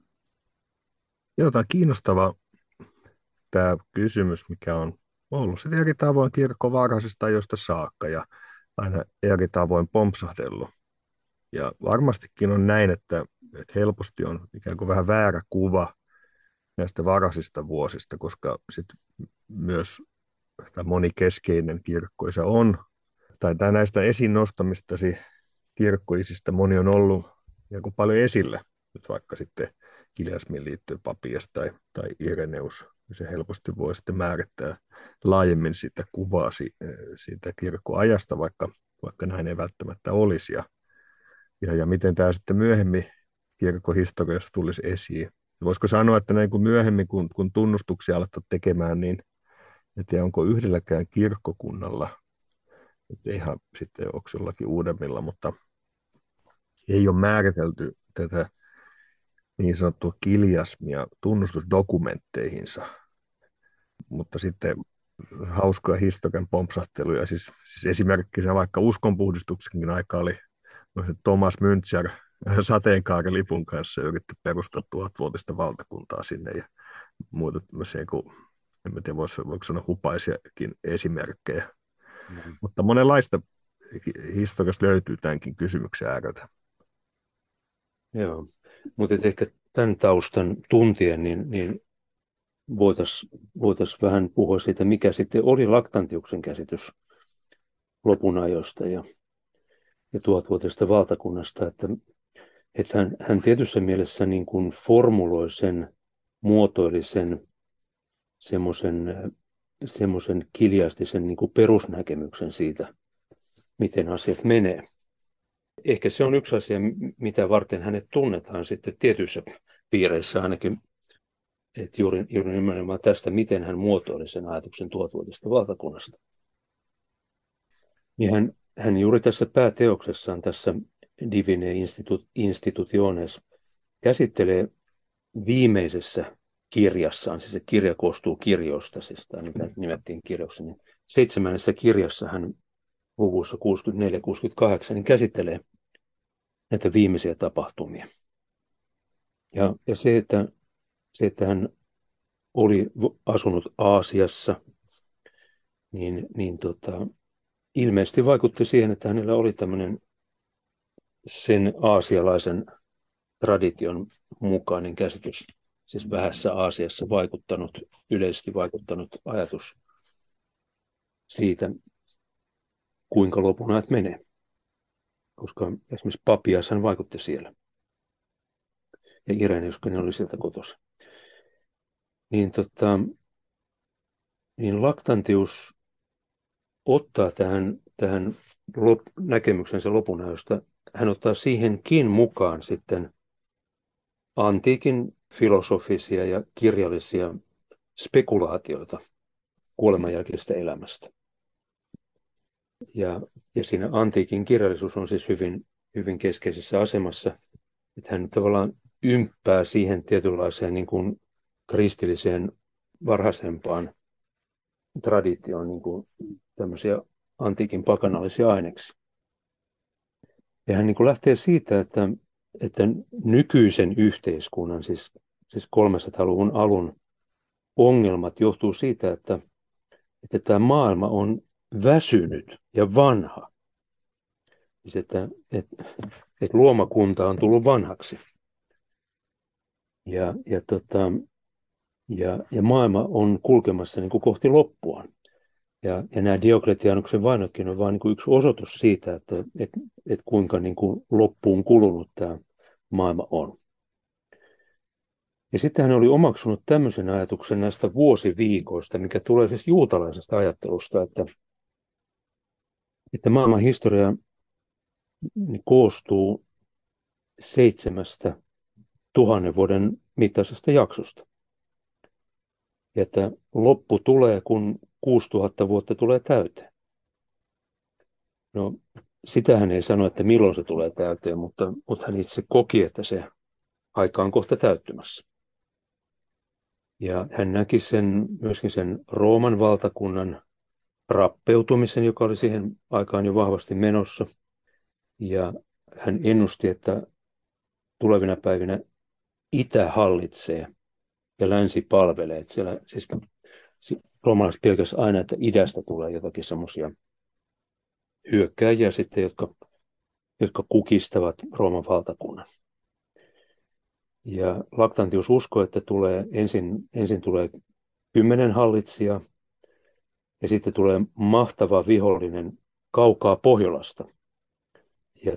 Joo, tämä on kiinnostava tämä kysymys, mikä on ollut sitten eri tavoin kirkon varhaisesta ajoista saakka ja aina eri tavoin pompsahdellut. Ja varmastikin on näin, että helposti on ikään kuin vähän väärä kuva näistä varhaisista vuosista, koska sitten myös tämä monikeskeinen kirkkoisa on, tai näistä esiin nostamistasi kirkkoisista moni on ollut joku paljon esillä, nyt vaikka sitten Kiljasmiin liittyen Papias tai Ireneus, se helposti voi sitten määrittää laajemmin sitä kuvaa siitä kirkkoajasta, vaikka näin ei välttämättä olisi. Ja miten tämä sitten myöhemmin kirkkohistoriassa tulisi esiin. Voisiko sanoa, että näin kuin myöhemmin, kun tunnustuksia alettu tekemään, niin en tiedä, onko yhdelläkään kirkkokunnalla, että ihan sitten onko jollakin uudemmilla, mutta ei ole määritelty tätä niin sanottua kiljasmia tunnustusdokumentteihinsa, mutta sitten hauskoja historian pompsahteluja. Siis esimerkkinä vaikka uskonpuhdistuksenkin aika oli Thomas Müntzer sateenkaarilipun kanssa yritti perustaa 1000-vuotista valtakuntaa sinne ja muuta tämmöisiä, en tiedä voiko sanoa hupaisiakin esimerkkejä. Mutta monenlaista historiasta löytyy tämänkin kysymyksen ääreltä. Joo, mutta ehkä tämän taustan tuntien, niin voitaisiin vähän puhua siitä, mikä sitten oli Lactantiuksen käsitys lopun ajoista ja tuhatvuotisesta valtakunnasta, että hän tietyssä mielessä niin kuin formuloi sen, muotoili sen semmoisen kiljastisen niin kuin perusnäkemyksen siitä, miten asiat menee. Ehkä se on yksi asia, mitä varten hänet tunnetaan sitten tietyissä piireissä ainakin, että juuri nimenomaan tästä, miten hän muotoili sen ajatuksen tuhatvuotisesta valtakunnasta. Niin hän juuri tässä pääteoksessaan, tässä Divine Institutiones, käsittelee viimeisessä kirjassaan, siis se kirja koostuu kirjoista, siis tämä nimettiin kirjoksi, niin 7. kirjassa hän luvussa 64-68 niin käsittelee näitä viimeisiä tapahtumia. Ja se, että hän oli asunut Aasiassa, niin ilmeisesti vaikutti siihen, että hänellä oli tämmöinen sen aasialaisen tradition mukainen käsitys, siis vähässä Aasiassa yleisesti vaikuttanut ajatus siitä, kuinka lopun ajat menee. Koska esimerkiksi Papias hän vaikutti siellä. Ja Ireneuskin oli sieltä kotoisin. Niin Lactantius ottaa tähän näkemyksensä lopunajosta, hän ottaa siihenkin mukaan sitten antiikin filosofisia ja kirjallisia spekulaatioita kuolemanjälkeisestä elämästä. Ja siinä antiikin kirjallisuus on siis hyvin, hyvin keskeisessä asemassa, että hän tavallaan ymppää siihen tietynlaiseen niin kuin kristilliseen varhaisempaan traditioon niin kuin tämmöisiä antiikin pakanallisia aineksia. Ja hän niin kuin lähtee siitä, että nykyisen yhteiskunnan, siis 300-luvun alun ongelmat johtuu siitä, että tämä maailma on väsynyt ja vanha. Siis että luomakunta on tullut vanhaksi. Ja maailma on kulkemassa niin kuin kohti loppuaan. Ja nämä Diokletianuksen vainotkin on vain niin kuin yksi osoitus siitä, että kuinka niin kuin loppuun kulunut tämä maailma on. Ja sitten hän oli omaksunut tämmöisen ajatuksen näistä vuosiviikoista, mikä tulee siis juutalaisesta ajattelusta, että maailman historia niin koostuu 7 000 vuoden mittaisesta jaksosta. Ja että loppu tulee, kun 6000 vuotta tulee täyteen. No, sitä hän ei sano, että milloin se tulee täyteen, mutta hän itse koki, että se aika on kohta täyttymässä. Ja hän näki myöskin sen Rooman valtakunnan rappeutumisen, joka oli siihen aikaan jo vahvasti menossa. Ja hän ennusti, että tulevina päivinä itä hallitsee ja länsi palvelee. Että siellä, siis roomalaiset pelkäsivät aina, että idästä tulee jotakin semmoisia hyökkääjiä sitten, jotka kukistavat Rooman valtakunnan. Ja Lactantius uskoi, että ensin tulee 10 hallitsijaa ja sitten tulee mahtava vihollinen kaukaa Pohjolasta. Ja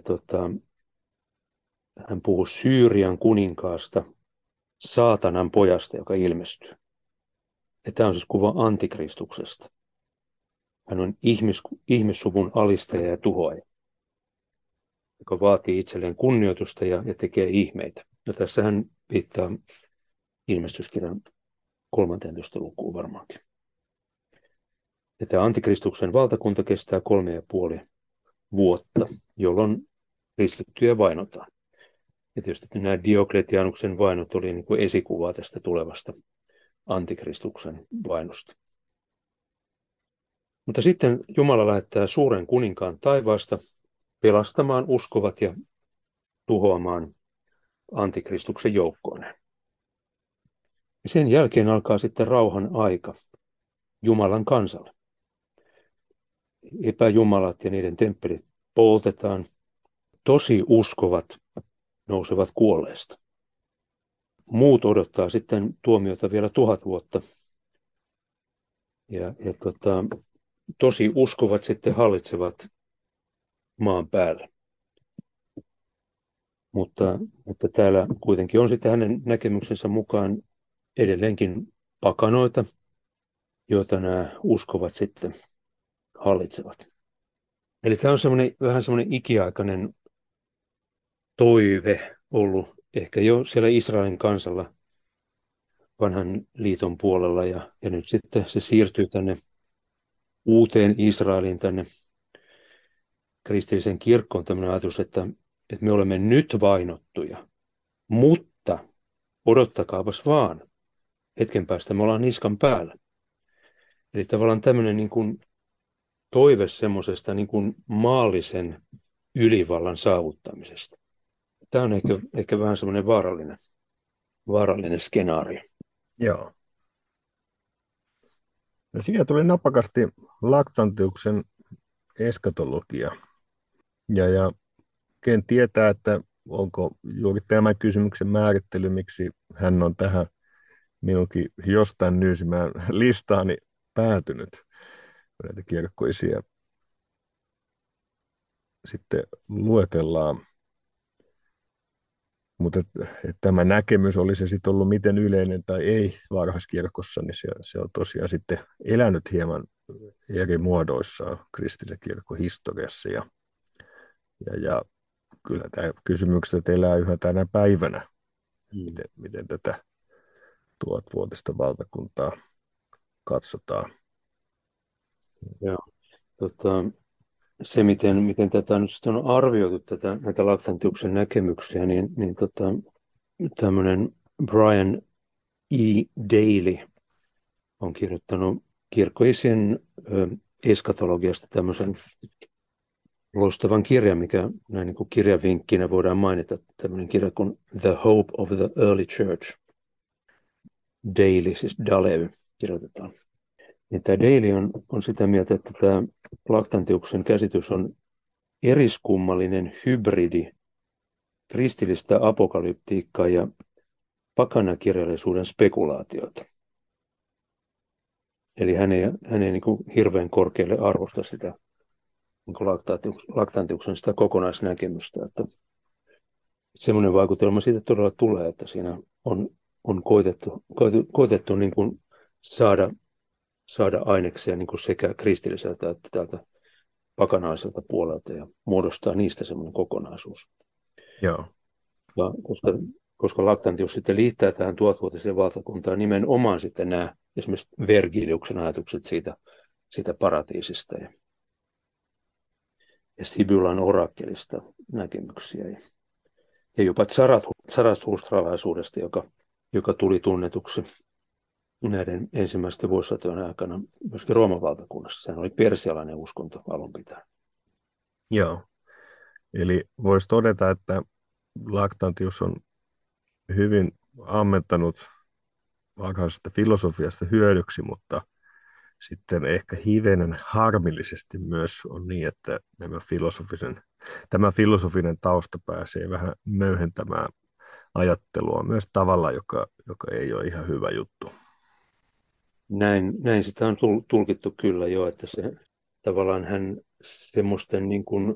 hän puhuu Syyrian kuninkaasta, saatanan pojasta, joka ilmestyy. Ja tämä on siis kuva antikristuksesta. Hän on ihmissuvun alistaja ja tuhoaja, joka vaatii itselleen kunnioitusta ja tekee ihmeitä. No tässä hän viittaa ilmestyskirjan 13. lukuun varmaankin. Ja tämä antikristuksen valtakunta kestää 3,5 vuotta, jolloin kristittyjä vainotaan. Ja tietysti nämä Diokletianuksen vainot oli niin kuin esikuva tästä tulevasta antikristuksen vainosta. Mutta sitten Jumala lähettää suuren kuninkaan taivaasta pelastamaan uskovat ja tuhoamaan antikristuksen joukkooneen. Ja sen jälkeen alkaa sitten rauhan aika Jumalan kansalle. Epäjumalat ja niiden temppelit poltetaan. Tosi uskovat nousevat kuolleista. Muut odottaa sitten tuomiota vielä 1000 vuotta. Ja tosi uskovat sitten hallitsevat maan päällä. Mutta täällä kuitenkin on sitten hänen näkemyksensä mukaan edelleenkin pakanoita, joita nämä uskovat sitten hallitsevat. Eli tämä on vähän semmoinen ikiaikainen toive ollut ehkä jo siellä Israelin kansalla vanhan liiton puolella ja nyt sitten se siirtyy tänne uuteen Israeliin, tänne kristilliseen kirkkoon tämmöinen ajatus, että me olemme nyt vainottuja, mutta odottakaapas vaan, hetken päästä me ollaan niskan päällä. Eli tavallaan tämmöinen niin kuin toive semmoisesta niin kuin maallisen ylivallan saavuttamisesta. Tämä on ehkä vähän semmoinen vaarallinen skenaario. Joo. No siinä tuli napakasti Lactantiuksen eskatologia. Ja ken tietää, että onko juuri tämän kysymyksen määrittely, miksi hän on tähän minunkin jostain nyysimään listaani päätynyt. Näitä kirkkoisia sitten luetellaan. Mutta tämä näkemys, oli se sitten ollut miten yleinen tai ei varhaiskirkossa, niin se on tosiaan sitten elänyt hieman eri muodoissaan kristillisen kirkon historiassa. Ja kyllä tämä kysymykset elää yhä tänä päivänä, miten tätä 1000-vuotista valtakuntaa katsotaan. Joo. Se, miten tätä nyt sitten on arvioitu, näitä Lactantiuksen näkemyksiä, niin tämmöinen Brian E. Daly on kirjoittanut kirkkoisien eskatologiasta tämmöisen loistavan kirjan, mikä näin niin kuin kirjavinkkinä voidaan mainita, tämmöinen kirja kuin The Hope of the Early Church. Daly, siis Daley kirjoitetaan. Ja tämä Daly on sitä mieltä, että tämä Lactantiuksen käsitys on eriskummallinen hybridi kristillistä apokalyptiikkaa ja pakanakirjallisuuden spekulaatioita. Eli hän ei niin kuin hirveän korkealle arvosta sitä niin kuin Lactantiuksen sitä kokonaisnäkemystä. Että semmoinen vaikutelma siitä todella tulee, että siinä on koetettu niin kuin saada aineksia niin kuin sekä kristilliseltä että täältä pakanaiselta puolelta ja muodostaa niistä semmoinen kokonaisuus. Joo. Ja koska Lactantius sitten liittää tähän tuhatvuotiseen valtakuntaan nimenomaan sitten nämä esimerkiksi Vergiliuksen ajatukset siitä paratiisista ja Sibylan orakkelista näkemyksiä ja jopa zarathusтрalaisuudesta, joka tuli tunnetuksi näiden ensimmäisten vuosisatojen aikana myöskin Rooman valtakunnassa. Sehän oli persialainen uskonto alun pitäen. Joo. Eli voisi todeta, että Lactantius on hyvin ammentanut varhaisesta filosofiasta hyödyksi, mutta sitten ehkä hivenen harmillisesti myös on niin, että tämä filosofinen tausta pääsee vähän möyhentämään ajattelua myös tavalla, joka ei ole ihan hyvä juttu. Näin sitä on tulkittu kyllä jo, että se tavallaan hän semmoisten niin kuin,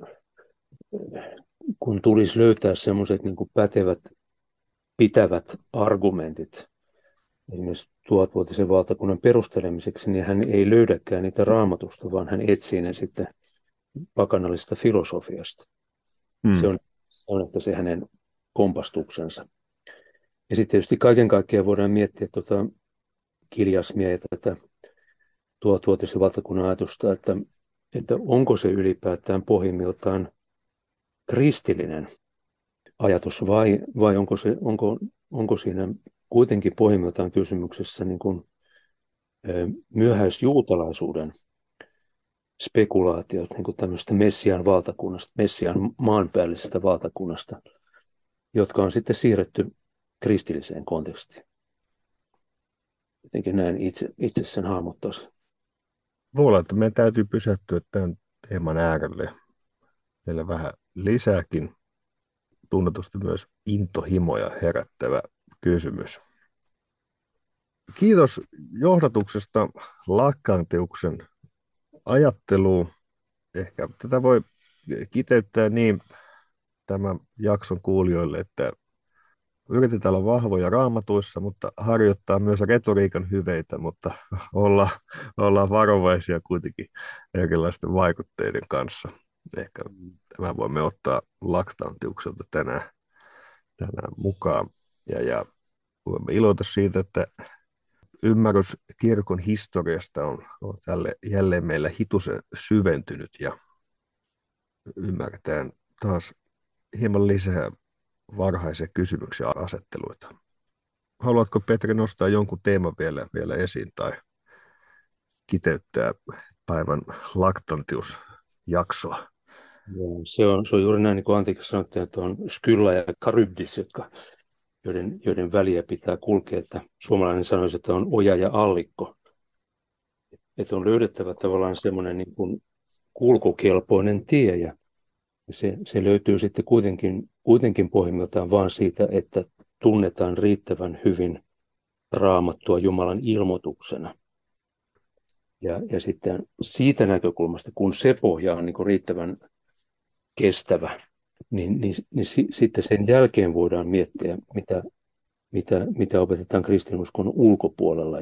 kun tulisi löytää semmoiset niin kuin pätevät, pitävät argumentit esimerkiksi tuhatvuotisen valtakunnan perustelemiseksi, niin hän ei löydäkään niitä Raamatusta, vaan hän etsii ne sitten pakanallisesta filosofiasta. Se on että se hänen kompastuksensa. Ja sitten tietysti kaiken kaikkiaan voidaan miettiä kiljasmia ja tätä tuhatvuotisen valtakunnan ajatusta, että onko se ylipäätään pohjimmiltaan kristillinen ajatus vai onko siinä kuitenkin pohjimmiltaan kysymyksessä niin kuin myöhäisjuutalaisuuden spekulaatiot niin kuin tämmöistä Messian valtakunnasta, Messian maanpäällisestä valtakunnasta, jotka on sitten siirretty kristilliseen kontekstiin. Jotenkin näin itse sen hahmottaisi. Voi olla, että meidän täytyy pysähtyä tämän teeman äärelle vielä vähän lisääkin, tunnetusti myös intohimoja herättävä kysymys. Kiitos johdatuksesta Lactantiuksen ajatteluun. Ehkä tätä voi kiteyttää niin tämän jakson kuulijoille, että yritetään olla vahvoja raamatuissa, mutta harjoittaa myös retoriikan hyveitä, mutta ollaan varovaisia kuitenkin erilaisten vaikutteiden kanssa. Ehkä tämä voimme ottaa Lactantiukselta tänään mukaan. Ja voimme iloita siitä, että ymmärrys kirkon historiasta on jälleen meillä hitusen syventynyt ja ymmärretään taas hieman lisää varhaisia kysymyksiä ja asetteluita. Haluatko, Petri, nostaa jonkun teeman vielä esiin tai kiteyttää päivän Lactantius-jaksoa? Se on juuri näin, niin kuin antiikissa sanottiin, että on Skylla ja Charybdis, joiden väliä pitää kulkea. Että suomalainen sanoisi, että on oja ja allikko. Että on löydettävä tavallaan semmoinen niin kuin kulkukelpoinen tie. Ja se löytyy sitten kuitenkin pohjimmiltaan vain siitä, että tunnetaan riittävän hyvin Raamattua Jumalan ilmoituksena. Ja sitten siitä näkökulmasta, kun se pohja on niin kuin riittävän kestävä, niin sitten sen jälkeen voidaan miettiä, mitä opetetaan kristinuskon ulkopuolella.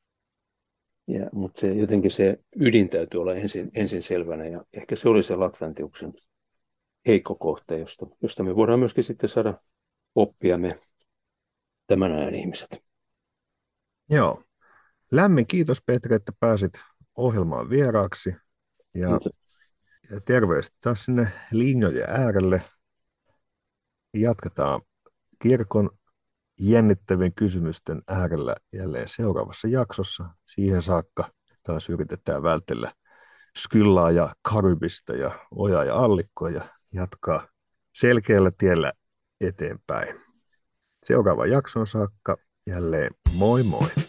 Mutta jotenkin se ydin täytyy olla ensin selvänä, ja ehkä se oli se Lactantiuksen heikko kohta, josta me voidaan myöskin sitten saada oppia me tämän ajan ihmiset. Joo. Lämmin kiitos, Petri, että pääsit ohjelmaan vieraaksi. Ja terveistä taas sinne linjojen äärelle. Jatketaan kirkon jännittävien kysymysten äärellä jälleen seuraavassa jaksossa. Siihen saakka taas yritetään vältellä Skyllaa ja Charybdista ja ojaa ja allikkoa ja jatkaa selkeällä tiellä eteenpäin. Seuraava jakson saakka jälleen moi moi!